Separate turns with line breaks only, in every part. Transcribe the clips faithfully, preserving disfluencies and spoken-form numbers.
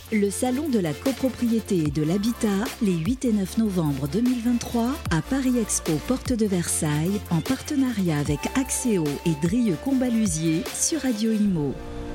Le Salon de la copropriété et de l'habitat, les huit et neuf novembre deux mille vingt-trois, à Paris Expo, porte de Versailles, en partenariat avec Axéo et Drieux-Combalusier sur Radio Imo.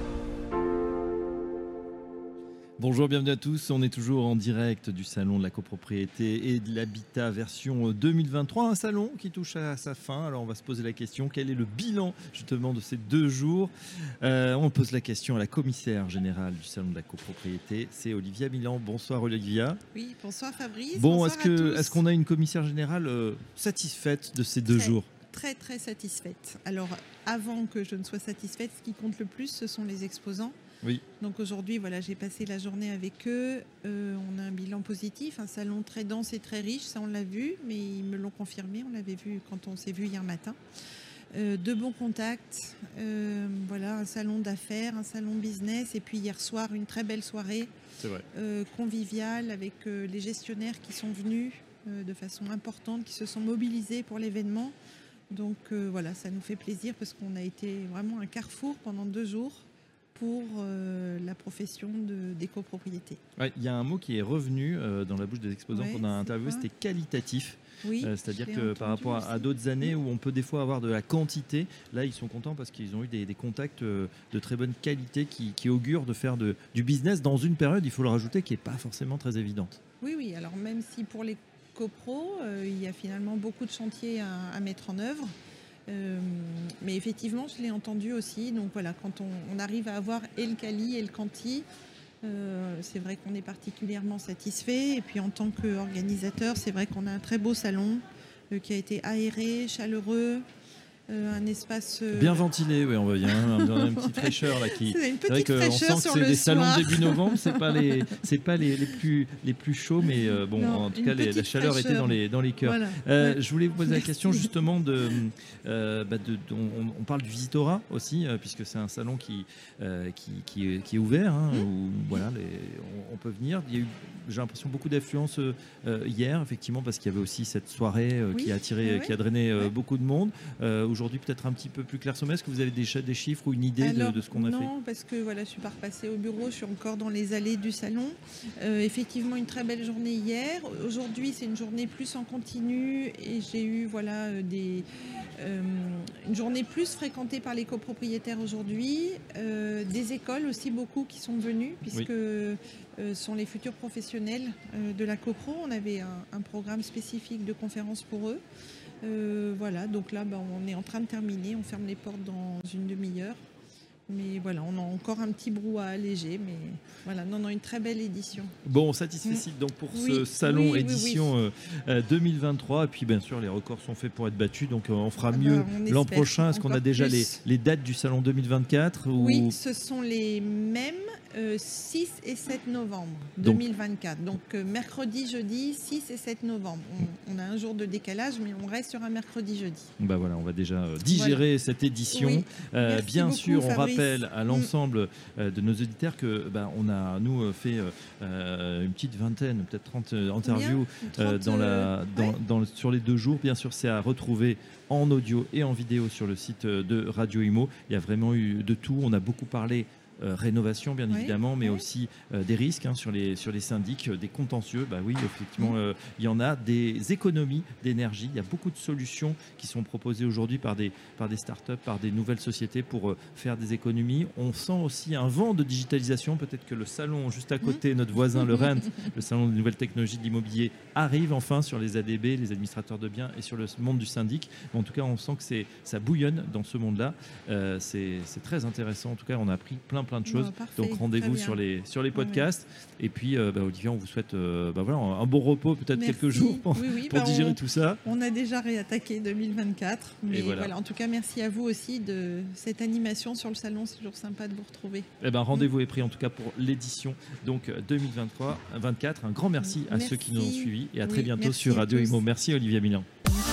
Bonjour, bienvenue à tous. On est toujours en direct du Salon de la copropriété et de l'habitat version deux mille vingt-trois. Un salon qui touche à sa fin. Alors on va se poser la question, quel est le bilan justement de ces deux jours euh, On pose la question à la commissaire générale du Salon de la copropriété. C'est Olivia Milan. Bonsoir Olivia.
Oui, bonsoir Fabrice.
Bon,
bonsoir
est-ce, que,
à tous.
est-ce qu'on a une commissaire générale euh, satisfaite de ces deux
très,
jours
Très très satisfaite. Alors avant que je ne sois satisfaite, ce qui compte le plus, ce sont les exposants.
Oui.
Donc aujourd'hui, voilà, j'ai passé la journée avec eux. Euh, on a un bilan positif, un salon très dense et très riche, ça on l'a vu, mais ils me l'ont confirmé. On l'avait vu quand on s'est vu hier matin. Euh, de bons contacts, euh, voilà, un salon d'affaires, un salon business, et puis hier soir une très belle soirée
C'est vrai.
Euh, conviviale avec euh, les gestionnaires qui sont venus euh, de façon importante, qui se sont mobilisés pour l'événement. Donc euh, voilà, ça nous fait plaisir parce qu'on a été vraiment un carrefour pendant deux jours pour euh, la profession de, des copropriétés.
Ouais, il y a un mot qui est revenu euh, dans la bouche des exposants
Ouais,
qu'on a interviewé,
c'est
c'était qualitatif.
Oui,
Euh, c'est-à-dire
je l'ai
que
entendu
par rapport à, à
aussi.
d'autres années où on peut des fois avoir de la quantité, là ils sont contents parce qu'ils ont eu des, des contacts euh, de très bonne qualité qui, qui augurent de faire de, du business dans une période, il faut le rajouter, qui n'est pas forcément très évidente.
Oui, oui, alors même si pour les copros, euh, il y a finalement beaucoup de chantiers à, à mettre en œuvre. Euh, mais effectivement, je l'ai entendu aussi. Donc voilà, quand on, on arrive à avoir et le quali et le quanti, euh, c'est vrai qu'on est particulièrement satisfait. Et puis en tant qu'organisateur, c'est vrai qu'on a un très beau salon euh, qui a été aéré, chaleureux. Euh, un espace euh...
bien ventilé, oui, on va dire, hein, une petite fraîcheur là qui.
C'est une
c'est vrai
petite fraîcheur
qu'on sent
sur
que c'est
le
des
soir.
salons début novembre, c'est pas les, c'est pas les, les plus les plus chauds, mais euh, bon,
Non,
en tout
une
cas, les, la
petite
chaleur
fraîcheur.
était dans les dans les cœurs.
Voilà.
Euh,
Ouais.
Je voulais vous poser la
Merci.
question justement de, euh, bah de, de on, on parle du visitorat aussi, euh, puisque c'est un salon qui euh, qui, qui, est, qui est ouvert, hein,
Mmh.
où voilà, les, on, on peut venir. Il y a eu, j'ai l'impression, beaucoup d'affluence euh, hier, effectivement, parce qu'il y avait aussi cette soirée euh,
Oui.
qui a attiré,
Ouais,
qui a drainé euh,
ouais.
beaucoup de monde. Euh, aujourd'hui, peut-être un petit peu plus clair-sommet. Est-ce que vous avez des, des chiffres ou une idée
Alors,
de, de ce qu'on a
non,
fait?
Non, parce que voilà, je suis pas repassée au bureau, je suis encore dans les allées du salon. Euh, effectivement, une très belle journée hier. Aujourd'hui, c'est une journée plus en continu et j'ai eu voilà euh, des euh, une journée plus fréquentée par les copropriétaires aujourd'hui. Euh, des écoles aussi beaucoup qui sont venues puisque oui. euh, sont les futurs professionnels euh, de la copro. On avait un, un programme spécifique de conférences pour eux. Euh, voilà, donc là, bah, on est en train de terminer. On ferme les portes dans une demi-heure. Mais voilà, on a encore un petit brouhaha léger. Mais voilà, non, non, une très belle édition.
Bon, satisfait mmh. donc pour
oui,
ce salon
oui,
édition
oui, oui.
Euh, deux mille vingt-trois. Et puis, bien sûr, les records sont faits pour être battus. Donc, euh, on fera ah mieux bah,
on
l'an prochain. Est-ce qu'on a déjà les, les dates du salon deux mille vingt-quatre ou...
Oui, ce sont les mêmes. Euh, six et sept novembre deux mille vingt-quatre. Donc, donc euh, mercredi, jeudi, six et sept novembre. On, on a un jour de décalage, mais on reste sur un mercredi, jeudi.
Bah voilà, on va déjà euh, digérer voilà. cette édition. Oui. Euh, bien
beaucoup,
sûr,
Fabrice.
On rappelle à l'ensemble euh, de nos auditeurs que bah, on a nous fait euh, une petite vingtaine, peut-être trente interviews euh, dans la, dans, ouais. dans, sur les deux jours. Bien sûr, c'est à retrouver en audio et en vidéo sur le site de Radio Imo. Il y a vraiment eu de tout. On a beaucoup parlé Euh, rénovation bien oui, évidemment, mais oui. aussi euh, des risques hein, sur, les, sur les syndics, euh, des contentieux. Bah oui, effectivement, euh, il y en a, des économies d'énergie. Il y a beaucoup de solutions qui sont proposées aujourd'hui par des, par des startups, par des nouvelles sociétés pour euh, faire des économies. On sent aussi un vent de digitalisation. Peut-être que le salon juste à côté, mmh. notre voisin, le Rent, le salon des nouvelles technologies de l'immobilier, arrive enfin sur les A D B, les administrateurs de biens, et sur le monde du syndic. Mais en tout cas, on sent que c'est, ça bouillonne dans ce monde-là. Euh, c'est, c'est très intéressant. En tout cas, on a appris plein, plein de choses.
Oh, parfait,
donc rendez-vous sur les, sur les podcasts. Ouais. Et puis, euh, bah, Olivia, on vous souhaite euh, bah, voilà, un bon repos, peut-être
merci.
quelques jours pour,
oui, oui,
pour
bah,
digérer
on,
tout ça.
On a déjà réattaqué deux mille vingt-quatre. Mais
Et voilà.
voilà, en tout cas, merci à vous aussi de cette animation sur le salon. C'est toujours sympa de vous retrouver.
Eh ben, rendez-vous mmh. est pris en tout cas pour l'édition donc, deux mille vingt-trois vingt-quatre. Un grand merci, merci à ceux qui nous ont suivis et à très oui, bientôt sur Radio Imo. Merci Olivia Milan.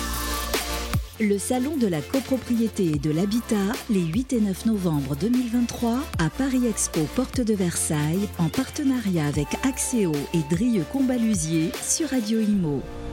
Le Salon de la copropriété et de l'habitat, les huit et neuf novembre deux mille vingt-trois, à Paris Expo, porte de Versailles, en partenariat avec Axéo et Drieux-Combalusier sur Radio Imo.